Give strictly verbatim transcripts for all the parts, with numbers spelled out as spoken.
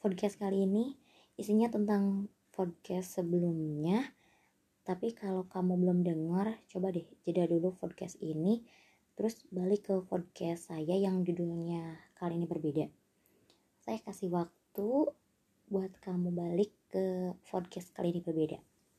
podcast kali ini isinya tentang podcast sebelumnya. Tapi kalau kamu belum dengar, coba deh jeda dulu podcast ini, terus balik ke podcast saya yang judulnya kali ini berbeda. Saya kasih waktu buat kamu balik ke podcast kali ini berbeda.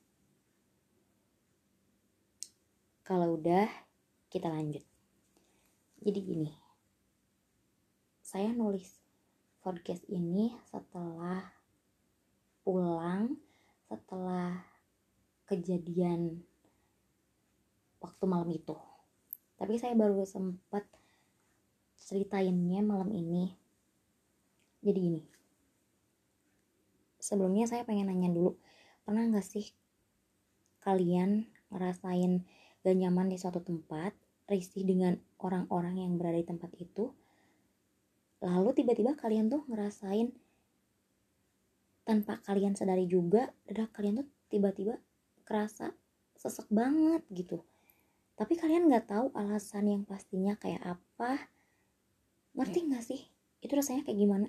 Kalau udah, kita lanjut. Jadi gini, saya nulis podcast ini setelah pulang, setelah kejadian waktu malam itu. Tapi saya baru sempat ceritainnya malam ini. Jadi gini, sebelumnya saya pengen nanya dulu, pernah gak sih kalian ngerasain gak nyaman di suatu tempat, risih dengan orang-orang yang berada di tempat itu, lalu tiba-tiba kalian tuh ngerasain tanpa kalian sadari juga, dadah kalian tuh tiba-tiba kerasa sesek banget gitu. Tapi kalian gak tahu alasan yang pastinya kayak apa. Ngerti gak sih? Itu rasanya kayak gimana?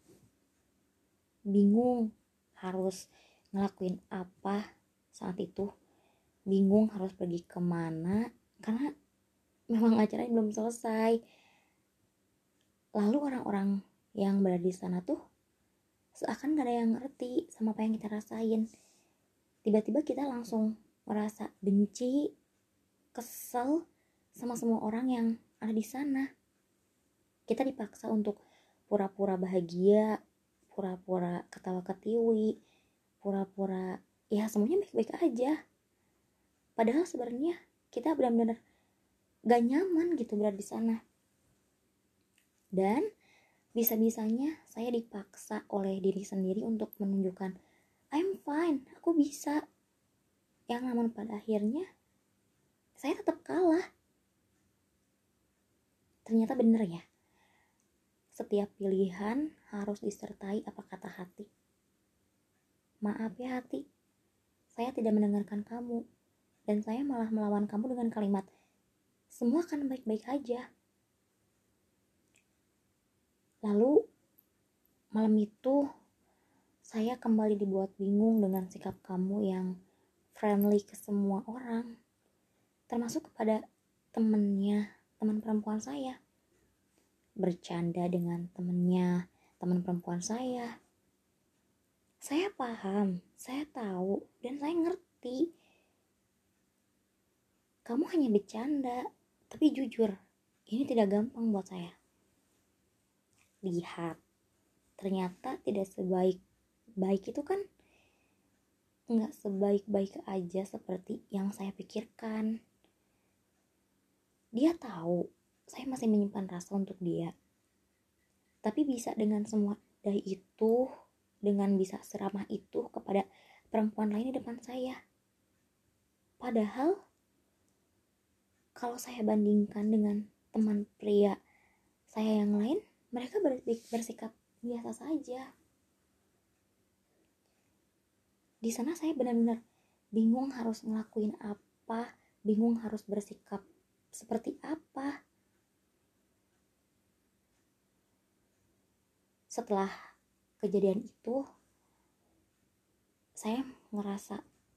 Bingung harus ngelakuin apa saat itu. Bingung harus pergi kemana. Karena memang acaranya belum selesai. Lalu orang-orang yang berada di sana tuh seakan gak ada yang ngerti sama apa yang kita rasain. Tiba-tiba kita langsung merasa benci, kesel sama semua orang yang ada di sana. Kita dipaksa untuk pura-pura bahagia, pura-pura ketawa ketiwi, pura-pura ya semuanya baik-baik aja. Padahal sebenarnya kita benar-benar gak nyaman gitu berada di sana. Dan bisa-bisanya saya dipaksa oleh diri sendiri untuk menunjukkan I'm fine, aku bisa. Yang namun pada akhirnya saya tetap kalah. Ternyata benar ya, setiap pilihan harus disertai apa kata hati. Maaf ya hati, saya tidak mendengarkan kamu. Dan saya malah melawan kamu dengan kalimat, semua akan baik-baik aja. Lalu malam itu saya kembali dibuat bingung dengan sikap kamu yang friendly ke semua orang, termasuk kepada temennya, teman perempuan saya. Bercanda dengan temennya, teman perempuan saya. Saya paham, saya tahu, dan saya ngerti. Kamu hanya bercanda, tapi jujur, ini tidak gampang buat saya. Lihat, ternyata tidak sebaik baik itu kan nggak sebaik-baik aja seperti yang saya pikirkan. Dia tahu saya masih menyimpan rasa untuk dia, tapi bisa dengan semua daya itu, dengan bisa seramah itu kepada perempuan lain di depan saya. Padahal kalau saya bandingkan dengan teman pria saya yang lain, mereka bersikap biasa saja. Di sana saya benar-benar bingung harus ngelakuin apa, bingung harus bersikap seperti apa. Setelah kejadian itu, saya ngerasa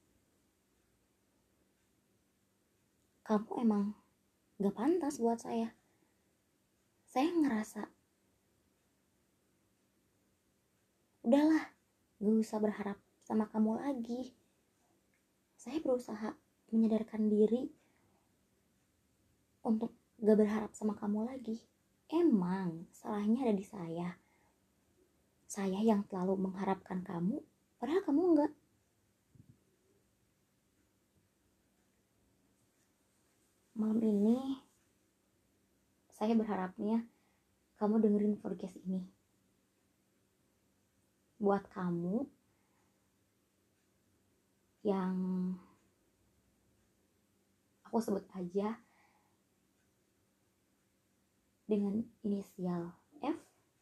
kamu emang gak pantas buat saya. Saya ngerasa udahlah, gak usah berharap sama kamu lagi. Saya berusaha menyadarkan diri untuk gak berharap sama kamu lagi. Emang salahnya ada di saya. Saya yang terlalu mengharapkan kamu, padahal kamu enggak. Malam ini saya berharapnya kamu dengerin podcast ini. Buat kamu yang aku sebut aja dengan inisial F.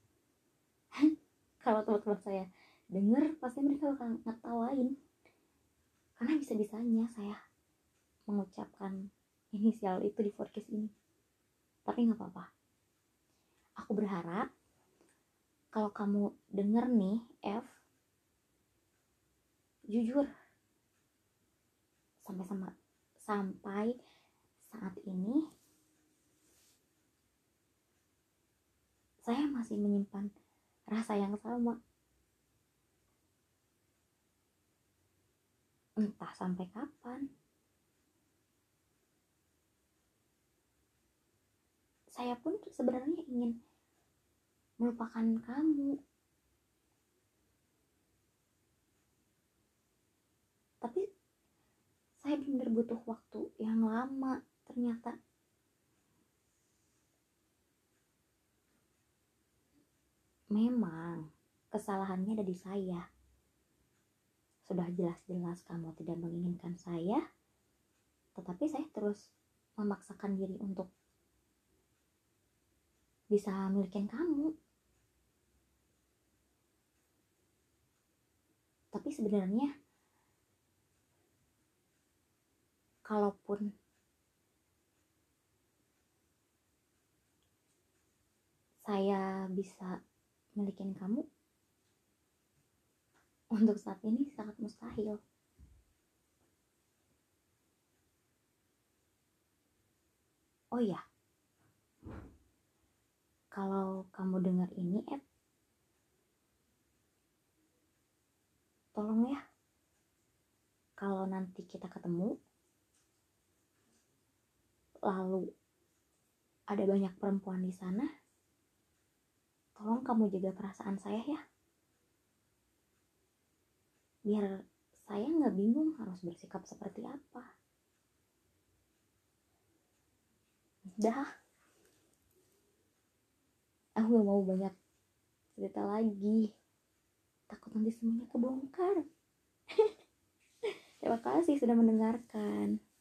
Kalau teman-teman saya denger, pasti mereka bakal ngetawain. Karena bisa-bisanya saya mengucapkan inisial itu di podcast ini. Tapi gak apa-apa. Aku berharap Kalau kamu denger nih F, jujur, sampai sama sampai saat ini saya masih menyimpan rasa yang sama. Entah sampai kapan. Saya pun sebenarnya ingin melupakan kamu, tapi saya benar butuh waktu yang lama ternyata. Memang kesalahannya ada di saya. Sudah jelas-jelas kamu tidak menginginkan saya, tetapi saya terus memaksakan diri untuk bisa milikin kamu. Tapi sebenarnya kalaupun saya bisa milikin kamu, untuk saat ini sangat mustahil. Oh iya, kalau kamu dengar ini, Ed, tolong ya, kalau nanti kita ketemu, lalu ada banyak perempuan di sana, tolong kamu jaga perasaan saya ya. Biar saya nggak bingung harus bersikap seperti apa. Dah, aku gak mau banyak cerita lagi. Takut nanti semuanya kebongkar. Terima kasih sudah mendengarkan.